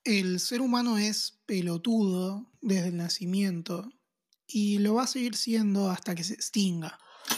El ser humano es pelotudo desde el nacimiento y lo va a seguir siendo hasta que se extinga.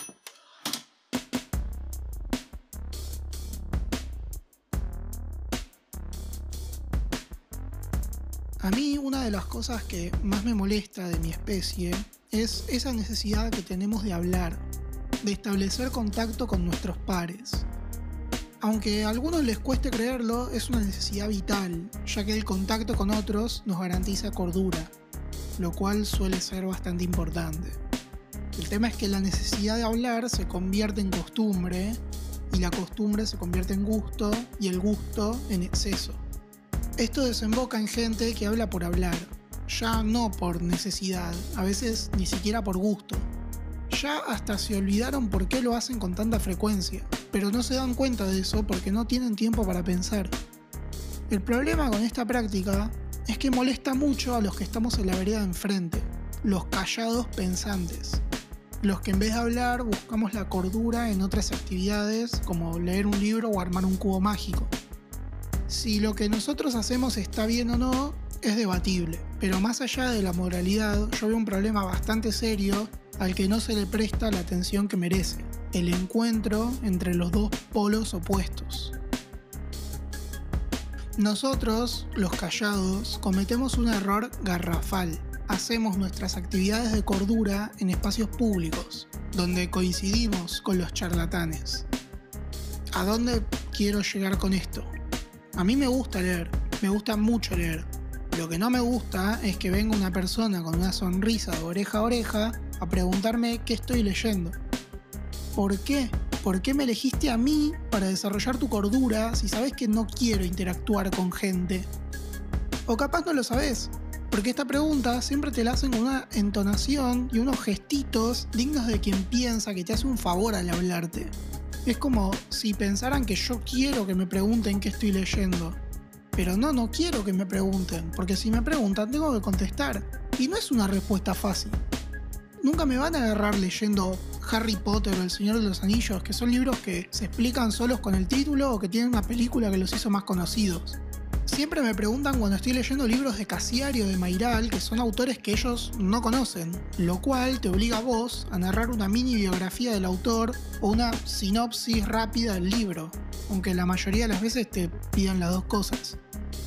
A mí una de las cosas que más me molesta de mi especie es esa necesidad que tenemos de hablar, de establecer contacto con nuestros pares. Aunque a algunos les cueste creerlo, es una necesidad vital, ya que el contacto con otros nos garantiza cordura, lo cual suele ser bastante importante. El tema es que la necesidad de hablar se convierte en costumbre, y la costumbre se convierte en gusto, y el gusto en exceso. Esto desemboca en gente que habla por hablar, ya no por necesidad, a veces ni siquiera por gusto. Ya hasta se olvidaron por qué lo hacen con tanta frecuencia, pero no se dan cuenta de eso porque no tienen tiempo para pensar. El problema con esta práctica es que molesta mucho a los que estamos en la vereda de enfrente, los callados pensantes, los que en vez de hablar buscamos la cordura en otras actividades como leer un libro o armar un cubo mágico. Si lo que nosotros hacemos está bien o no, es debatible, pero más allá de la moralidad, yo veo un problema bastante serio al que no se le presta la atención que merece: el encuentro entre los dos polos opuestos. Nosotros, los callados, cometemos un error garrafal. Hacemos nuestras actividades de cordura en espacios públicos, donde coincidimos con los charlatanes. ¿A dónde quiero llegar con esto? A mí me gusta leer, me gusta mucho leer. Lo que no me gusta es que venga una persona con una sonrisa de oreja a oreja a preguntarme qué estoy leyendo. ¿Por qué? ¿Por qué me elegiste a mí para desarrollar tu cordura si sabes que no quiero interactuar con gente? O capaz no lo sabes, porque esta pregunta siempre te la hacen con una entonación y unos gestitos dignos de quien piensa que te hace un favor al hablarte. Es como si pensaran que yo quiero que me pregunten qué estoy leyendo. Pero no quiero que me pregunten, porque si me preguntan tengo que contestar. Y no es una respuesta fácil. Nunca me van a agarrar leyendo Harry Potter o El Señor de los Anillos, que son libros que se explican solos con el título o que tienen una película que los hizo más conocidos. Siempre me preguntan cuando estoy leyendo libros de Cassiari o de Mayral, que son autores que ellos no conocen, lo cual te obliga a vos a narrar una mini biografía del autor o una sinopsis rápida del libro, aunque la mayoría de las veces te pidan las dos cosas.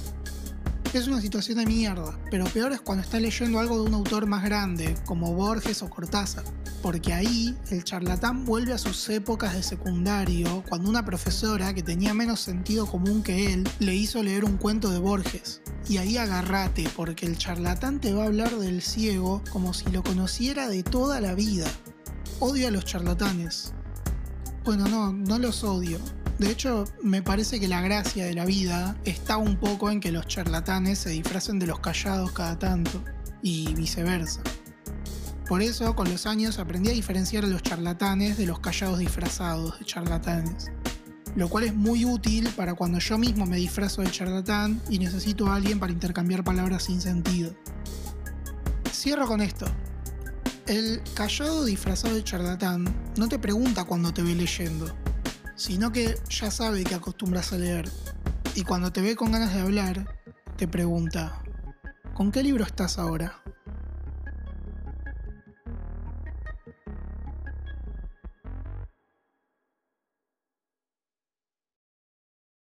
Es una situación de mierda, pero peor es cuando estás leyendo algo de un autor más grande, como Borges o Cortázar, porque ahí el charlatán vuelve a sus épocas de secundario, cuando una profesora que tenía menos sentido común que él le hizo leer un cuento de Borges. Y ahí agárrate, porque el charlatán te va a hablar del ciego como si lo conociera de toda la vida. Odio a los charlatanes. Bueno, no los odio. De hecho, me parece que la gracia de la vida está un poco en que los charlatanes se disfracen de los callados cada tanto, y viceversa. Por eso, con los años aprendí a diferenciar a los charlatanes de los callados disfrazados de charlatanes, lo cual es muy útil para cuando yo mismo me disfrazo de charlatán y necesito a alguien para intercambiar palabras sin sentido. Cierro con esto. El callado disfrazado de charlatán no te pregunta cuando te ve leyendo, sino que ya sabe que acostumbras a leer, y cuando te ve con ganas de hablar, te pregunta: ¿con qué libro estás ahora?